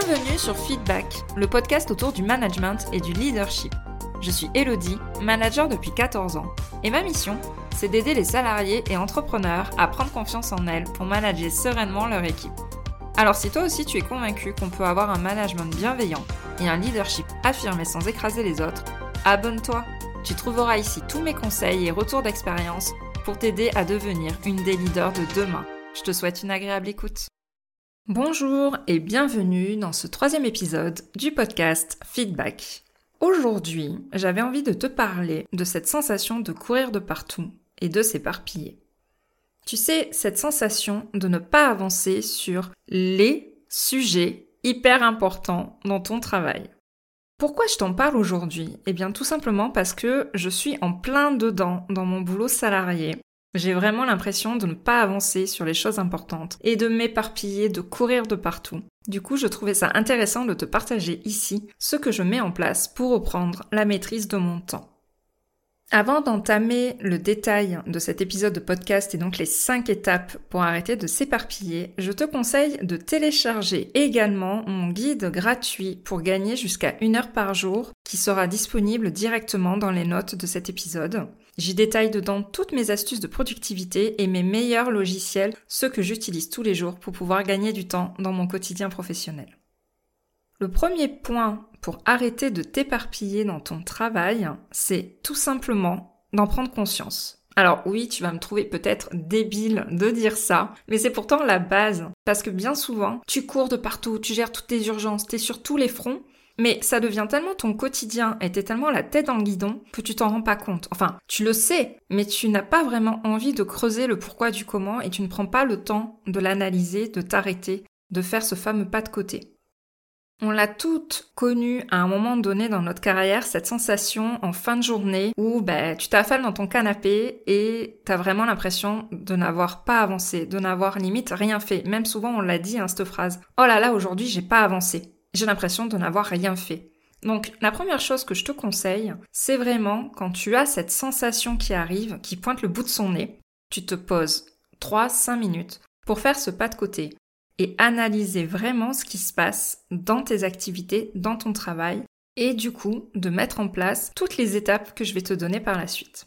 Bienvenue sur Feedback, le podcast autour du management et du leadership. Je suis Elodie, manager depuis 14 ans, et ma mission, c'est d'aider les salariés et entrepreneurs à prendre confiance en elles pour manager sereinement leur équipe. Alors si toi aussi tu es convaincu qu'on peut avoir un management bienveillant et un leadership affirmé sans écraser les autres, abonne-toi. Tu trouveras ici tous mes conseils et retours d'expérience pour t'aider à devenir une des leaders de demain. Je te souhaite une agréable écoute. Bonjour et bienvenue dans ce 3e épisode du podcast Feedback. Aujourd'hui, j'avais envie de te parler de cette sensation de courir de partout et de s'éparpiller. Tu sais, cette sensation de ne pas avancer sur les sujets hyper importants dans ton travail. Pourquoi je t'en parle aujourd'hui ? Eh bien tout simplement parce que je suis en plein dedans dans mon boulot salarié. J'ai vraiment l'impression de ne pas avancer sur les choses importantes et de m'éparpiller, de courir de partout. Du coup, je trouvais ça intéressant de te partager ici ce que je mets en place pour reprendre la maîtrise de mon temps. Avant d'entamer le détail de cet épisode de podcast et donc les 5 étapes pour arrêter de s'éparpiller, je te conseille de télécharger également mon guide gratuit pour gagner jusqu'à 1 heure par jour qui sera disponible directement dans les notes de cet épisode. J'y détaille dedans toutes mes astuces de productivité et mes meilleurs logiciels, ceux que j'utilise tous les jours pour pouvoir gagner du temps dans mon quotidien professionnel. Le premier point pour arrêter de t'éparpiller dans ton travail, c'est tout simplement d'en prendre conscience. Alors oui, tu vas me trouver peut-être débile de dire ça, mais c'est pourtant la base. Parce que bien souvent, tu cours de partout, tu gères toutes tes urgences, t'es sur tous les fronts, mais ça devient tellement ton quotidien et t'es tellement la tête dans le guidon que tu t'en rends pas compte. Enfin, tu le sais, mais tu n'as pas vraiment envie de creuser le pourquoi du comment et tu ne prends pas le temps de l'analyser, de t'arrêter, de faire ce fameux pas de côté. On l'a toutes connu à un moment donné dans notre carrière, cette sensation en fin de journée où tu t'affales dans ton canapé et t'as vraiment l'impression de n'avoir pas avancé, de n'avoir limite rien fait. Même souvent on l'a dit, cette phrase « Oh là là, aujourd'hui j'ai pas avancé ». J'ai l'impression de n'avoir rien fait. Donc la première chose que je te conseille, c'est vraiment quand tu as cette sensation qui arrive, qui pointe le bout de son nez, tu te poses 3-5 minutes pour faire ce pas de côté et analyser vraiment ce qui se passe dans tes activités, dans ton travail, et du coup, de mettre en place toutes les étapes que je vais te donner par la suite.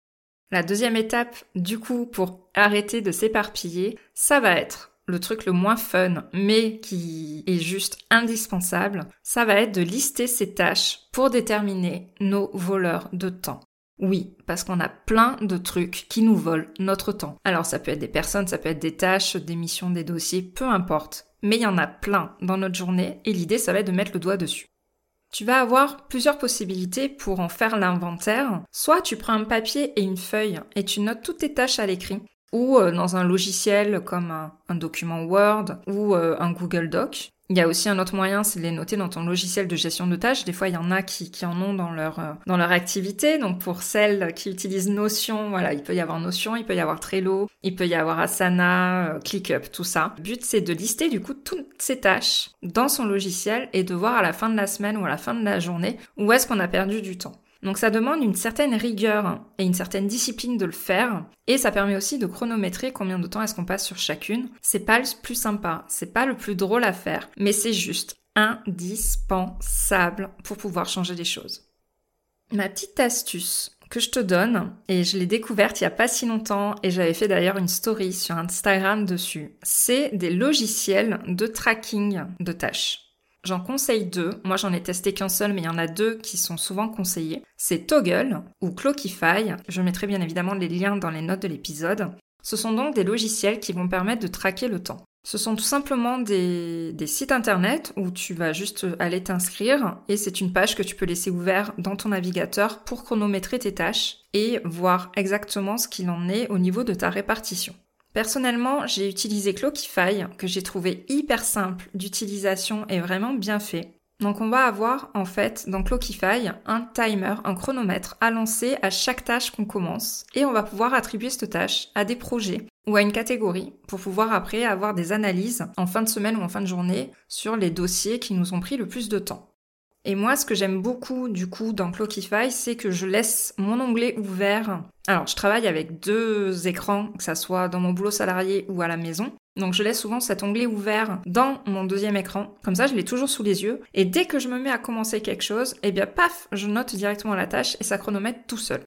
La deuxième étape, du coup, pour arrêter de s'éparpiller, ça va être le truc le moins fun, mais qui est juste indispensable, ça va être de lister ces tâches pour déterminer nos voleurs de temps. Oui, parce qu'on a plein de trucs qui nous volent notre temps. Alors ça peut être des personnes, ça peut être des tâches, des missions, des dossiers, peu importe. Mais il y en a plein dans notre journée et l'idée ça va être de mettre le doigt dessus. Tu vas avoir plusieurs possibilités pour en faire l'inventaire. Soit tu prends un papier et une feuille et tu notes toutes tes tâches à l'écrit. Ou dans un logiciel comme un document Word ou un Google Doc. Il y a aussi un autre moyen, c'est de les noter dans ton logiciel de gestion de tâches. Des fois, il y en a qui en ont dans leur activité. Donc, pour celles qui utilisent Notion, voilà, il peut y avoir Notion, il peut y avoir Trello, il peut y avoir Asana, ClickUp, tout ça. Le but, c'est de lister du coup toutes ces tâches dans son logiciel et de voir à la fin de la semaine ou à la fin de la journée où est-ce qu'on a perdu du temps. Donc ça demande une certaine rigueur et une certaine discipline de le faire et ça permet aussi de chronométrer combien de temps est-ce qu'on passe sur chacune. C'est pas le plus sympa, c'est pas le plus drôle à faire, mais c'est juste indispensable pour pouvoir changer les choses. Ma petite astuce que je te donne, et je l'ai découverte il y a pas si longtemps et j'avais fait d'ailleurs une story sur Instagram dessus, c'est des logiciels de tracking de tâches. J'en conseille 2, moi j'en ai testé qu'un seul mais il y en a 2 qui sont souvent conseillés. C'est Toggl ou Clockify, je mettrai bien évidemment les liens dans les notes de l'épisode. Ce sont donc des logiciels qui vont permettre de traquer le temps. Ce sont tout simplement des sites internet où tu vas juste aller t'inscrire et c'est une page que tu peux laisser ouverte dans ton navigateur pour chronométrer tes tâches et voir exactement ce qu'il en est au niveau de ta répartition. Personnellement, j'ai utilisé Clockify, que j'ai trouvé hyper simple d'utilisation et vraiment bien fait. Donc on va avoir en fait dans Clockify un timer, un chronomètre à lancer à chaque tâche qu'on commence et on va pouvoir attribuer cette tâche à des projets ou à une catégorie pour pouvoir après avoir des analyses en fin de semaine ou en fin de journée sur les dossiers qui nous ont pris le plus de temps. Et moi, ce que j'aime beaucoup, du coup, dans Clockify, c'est que je laisse mon onglet ouvert. Alors, je travaille avec 2 écrans, que ça soit dans mon boulot salarié ou à la maison. Donc, je laisse souvent cet onglet ouvert dans mon 2e écran. Comme ça, je l'ai toujours sous les yeux. Et dès que je me mets à commencer quelque chose, eh bien, paf, je note directement la tâche et ça chronomètre tout seul.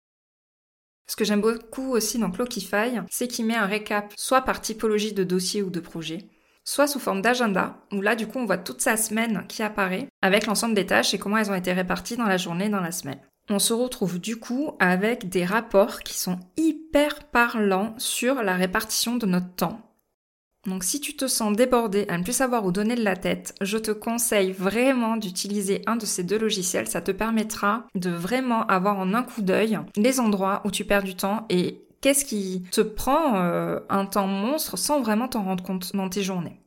Ce que j'aime beaucoup aussi dans Clockify, c'est qu'il met un récap, soit par typologie de dossier ou de projet, soit sous forme d'agenda, où là, du coup, on voit toute sa semaine qui apparaît, avec l'ensemble des tâches et comment elles ont été réparties dans la journée, dans la semaine. On se retrouve du coup avec des rapports qui sont hyper parlants sur la répartition de notre temps. Donc si tu te sens débordé à ne plus savoir où donner de la tête, je te conseille vraiment d'utiliser un de ces 2 logiciels. Ça te permettra de vraiment avoir en un coup d'œil les endroits où tu perds du temps et qu'est-ce qui te prend un temps monstre sans vraiment t'en rendre compte dans tes journées.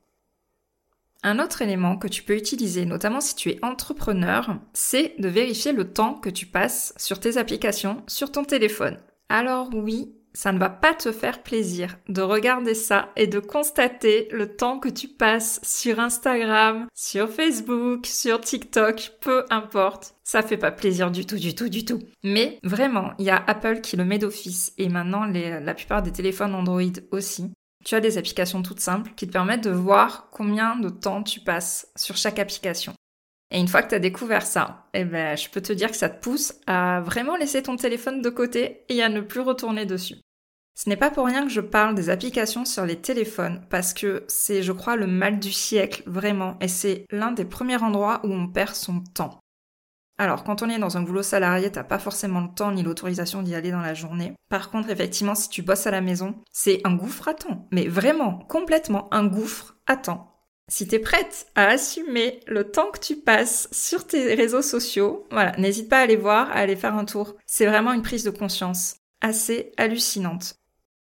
Un autre élément que tu peux utiliser, notamment si tu es entrepreneur, c'est de vérifier le temps que tu passes sur tes applications, sur ton téléphone. Alors oui, ça ne va pas te faire plaisir de regarder ça et de constater le temps que tu passes sur Instagram, sur Facebook, sur TikTok, peu importe. Ça fait pas plaisir du tout. Mais vraiment, il y a Apple qui le met d'office et maintenant la plupart des téléphones Android aussi. Tu as des applications toutes simples qui te permettent de voir combien de temps tu passes sur chaque application. Et une fois que tu as découvert ça, je peux te dire que ça te pousse à vraiment laisser ton téléphone de côté et à ne plus retourner dessus. Ce n'est pas pour rien que je parle des applications sur les téléphones, parce que c'est, je crois, le mal du siècle, vraiment, et c'est l'un des premiers endroits où on perd son temps. Alors, quand on est dans un boulot salarié, t'as pas forcément le temps ni l'autorisation d'y aller dans la journée. Par contre, effectivement, si tu bosses à la maison, c'est un gouffre à temps. Mais vraiment, complètement un gouffre à temps. Si t'es prête à assumer le temps que tu passes sur tes réseaux sociaux, voilà, n'hésite pas à aller voir, à aller faire un tour. C'est vraiment une prise de conscience assez hallucinante.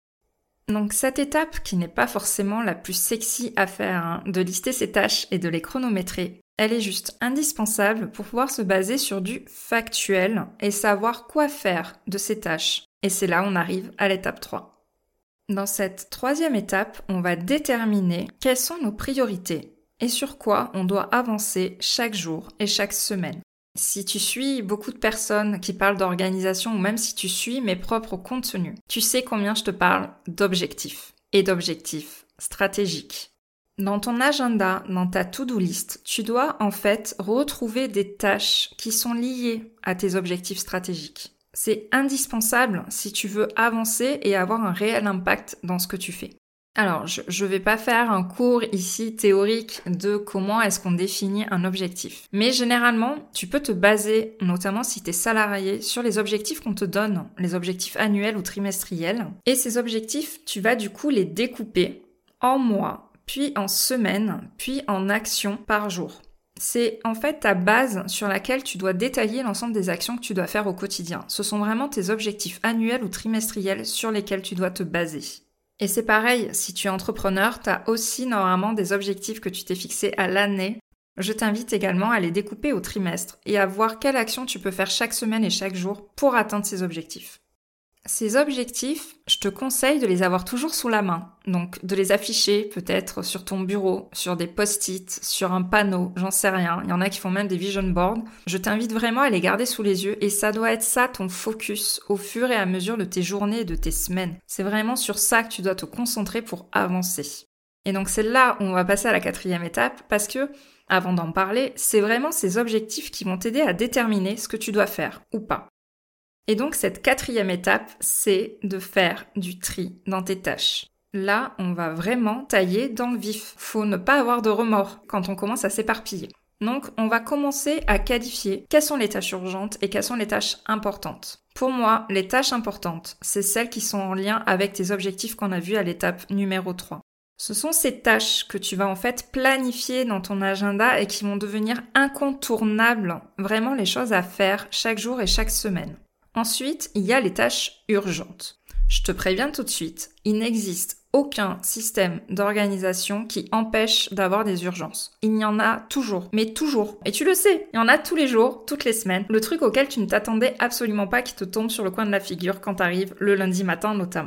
Donc cette étape, qui n'est pas forcément la plus sexy à faire, de lister ses tâches et de les chronométrer, elle est juste indispensable pour pouvoir se baser sur du factuel et savoir quoi faire de ces tâches. Et c'est là où on arrive à l'étape 3. Dans cette 3e étape, on va déterminer quelles sont nos priorités et sur quoi on doit avancer chaque jour et chaque semaine. Si tu suis beaucoup de personnes qui parlent d'organisation ou même si tu suis mes propres contenus, tu sais combien je te parle d'objectifs et d'objectifs stratégiques. Dans ton agenda, dans ta to-do list, tu dois en fait retrouver des tâches qui sont liées à tes objectifs stratégiques. C'est indispensable si tu veux avancer et avoir un réel impact dans ce que tu fais. Alors, je vais pas faire un cours ici théorique de comment est-ce qu'on définit un objectif. Mais généralement, tu peux te baser, notamment si tu es salarié, sur les objectifs qu'on te donne, les objectifs annuels ou trimestriels. Et ces objectifs, tu vas du coup les découper en mois, puis en semaines, puis en actions par jour. C'est en fait ta base sur laquelle tu dois détailler l'ensemble des actions que tu dois faire au quotidien. Ce sont vraiment tes objectifs annuels ou trimestriels sur lesquels tu dois te baser. Et c'est pareil, si tu es entrepreneur, tu as aussi normalement des objectifs que tu t'es fixés à l'année. Je t'invite également à les découper au trimestre et à voir quelle action tu peux faire chaque semaine et chaque jour pour atteindre ces objectifs. Ces objectifs, je te conseille de les avoir toujours sous la main, donc de les afficher peut-être sur ton bureau, sur des post-it, sur un panneau, j'en sais rien, il y en a qui font même des vision boards. Je t'invite vraiment à les garder sous les yeux et ça doit être ça ton focus au fur et à mesure de tes journées et de tes semaines. C'est vraiment sur ça que tu dois te concentrer pour avancer. Et donc c'est là où on va passer à la 4e étape parce que, avant d'en parler, c'est vraiment ces objectifs qui vont t'aider à déterminer ce que tu dois faire ou pas. Et donc cette 4e étape, c'est de faire du tri dans tes tâches. Là, on va vraiment tailler dans le vif. Faut ne pas avoir de remords quand on commence à s'éparpiller. Donc, on va commencer à qualifier quelles sont les tâches urgentes et quelles sont les tâches importantes. Pour moi, les tâches importantes, c'est celles qui sont en lien avec tes objectifs qu'on a vus à l'étape numéro 3. Ce sont ces tâches que tu vas en fait planifier dans ton agenda et qui vont devenir incontournables, vraiment les choses à faire chaque jour et chaque semaine. Ensuite, il y a les tâches urgentes. Je te préviens tout de suite, il n'existe aucun système d'organisation qui empêche d'avoir des urgences. Il y en a toujours, mais toujours. Et tu le sais, il y en a tous les jours, toutes les semaines. Le truc auquel tu ne t'attendais absolument pas qui te tombe sur le coin de la figure quand t'arrives le lundi matin notamment.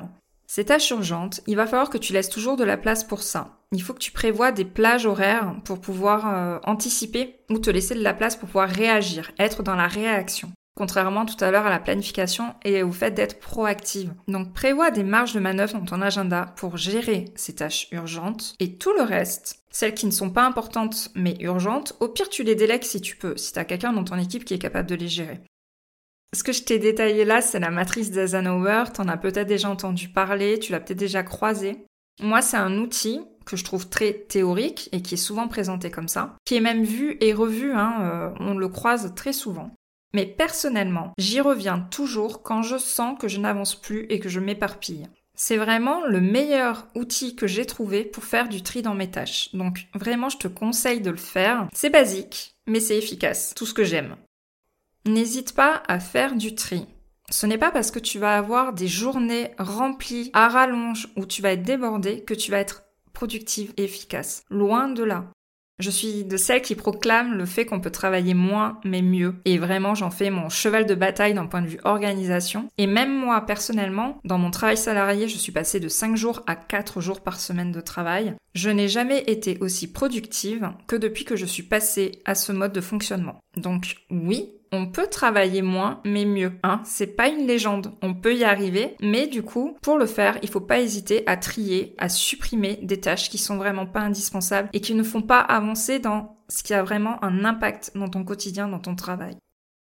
Ces tâches urgentes, il va falloir que tu laisses toujours de la place pour ça. Il faut que tu prévois des plages horaires pour pouvoir anticiper ou te laisser de la place pour pouvoir réagir, être dans la réaction. Contrairement tout à l'heure à la planification et au fait d'être proactive. Donc prévois des marges de manœuvre dans ton agenda pour gérer ces tâches urgentes et tout le reste, celles qui ne sont pas importantes mais urgentes, au pire tu les délègues si tu peux, si tu as quelqu'un dans ton équipe qui est capable de les gérer. Ce que je t'ai détaillé là, c'est la matrice d'Eisenhower, t'en as peut-être déjà entendu parler, tu l'as peut-être déjà croisé. Moi, c'est un outil que je trouve très théorique et qui est souvent présenté comme ça, qui est même vu et revu, on le croise très souvent. Mais personnellement, j'y reviens toujours quand je sens que je n'avance plus et que je m'éparpille. C'est vraiment le meilleur outil que j'ai trouvé pour faire du tri dans mes tâches. Donc vraiment, je te conseille de le faire. C'est basique, mais c'est efficace. Tout ce que j'aime. N'hésite pas à faire du tri. Ce n'est pas parce que tu vas avoir des journées remplies à rallonge où tu vas être débordé que tu vas être productive et efficace. Loin de là. Je suis de celles qui proclament le fait qu'on peut travailler moins mais mieux. Et vraiment, j'en fais mon cheval de bataille d'un point de vue organisation. Et même moi, personnellement, dans mon travail salarié, je suis passée de 5 jours à 4 jours par semaine de travail. Je n'ai jamais été aussi productive que depuis que je suis passée à ce mode de fonctionnement. Donc oui, on peut travailler moins, mais mieux. C'est pas une légende. On peut y arriver, mais du coup, pour le faire, il faut pas hésiter à trier, à supprimer des tâches qui sont vraiment pas indispensables et qui ne font pas avancer dans ce qui a vraiment un impact dans ton quotidien, dans ton travail.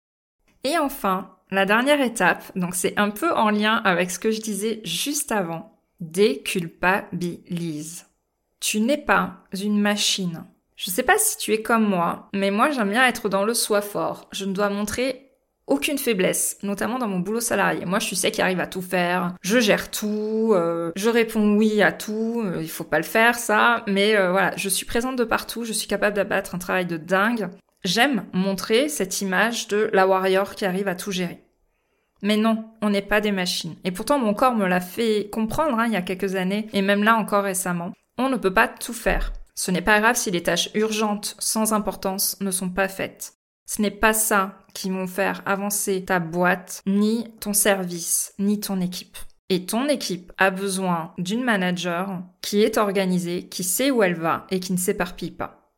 Et enfin, la dernière étape, donc c'est un peu en lien avec ce que je disais juste avant, déculpabilise. Tu n'es pas une machine. Je sais pas si tu es comme moi, mais moi j'aime bien être dans le soi fort. Je ne dois montrer aucune faiblesse, notamment dans mon boulot salarié. Moi je suis celle qui arrive à tout faire, je gère tout, je réponds oui à tout, il faut pas le faire ça, mais voilà, je suis présente de partout, je suis capable d'abattre un travail de dingue. J'aime montrer cette image de la warrior qui arrive à tout gérer. Mais non, on n'est pas des machines. Et pourtant mon corps me l'a fait comprendre il y a quelques années, et même là encore récemment. On ne peut pas tout faire. Ce n'est pas grave si les tâches urgentes, sans importance, ne sont pas faites. Ce n'est pas ça qui vont faire avancer ta boîte, ni ton service, ni ton équipe. Et ton équipe a besoin d'une manager qui est organisée, qui sait où elle va et qui ne s'éparpille pas.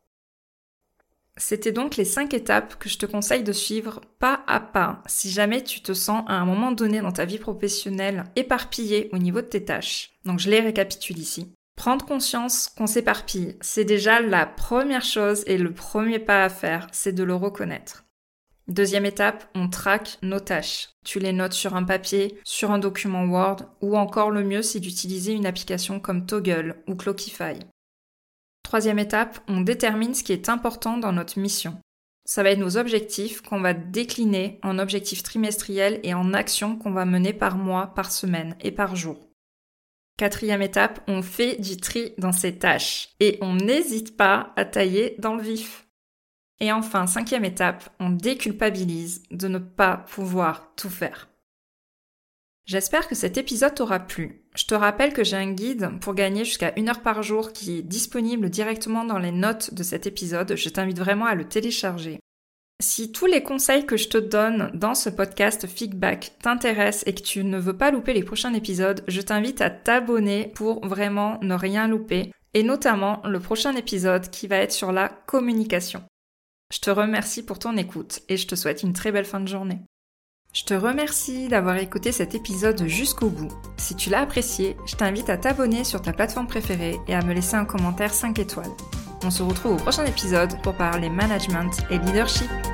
C'était donc les 5 étapes que je te conseille de suivre pas à pas si jamais tu te sens à un moment donné dans ta vie professionnelle éparpillé au niveau de tes tâches. Donc je les récapitule ici. Prendre conscience qu'on s'éparpille, c'est déjà la première chose et le premier pas à faire, c'est de le reconnaître. Deuxième étape, on traque nos tâches. Tu les notes sur un papier, sur un document Word, ou encore le mieux, c'est d'utiliser une application comme Toggle ou Clockify. Troisième étape, on détermine ce qui est important dans notre mission. Ça va être nos objectifs qu'on va décliner en objectifs trimestriels et en actions qu'on va mener par mois, par semaine et par jour. Quatrième étape, on fait du tri dans ces tâches et on n'hésite pas à tailler dans le vif. Et enfin, 5e étape, on déculpabilise de ne pas pouvoir tout faire. J'espère que cet épisode t'aura plu. Je te rappelle que j'ai un guide pour gagner jusqu'à 1 heure par jour qui est disponible directement dans les notes de cet épisode. Je t'invite vraiment à le télécharger. Si tous les conseils que je te donne dans ce podcast Feedback t'intéressent et que tu ne veux pas louper les prochains épisodes, je t'invite à t'abonner pour vraiment ne rien louper, et notamment le prochain épisode qui va être sur la communication. Je te remercie pour ton écoute et je te souhaite une très belle fin de journée. Je te remercie d'avoir écouté cet épisode jusqu'au bout. Si tu l'as apprécié, je t'invite à t'abonner sur ta plateforme préférée et à me laisser un commentaire 5 étoiles. On se retrouve au prochain épisode pour parler management et leadership.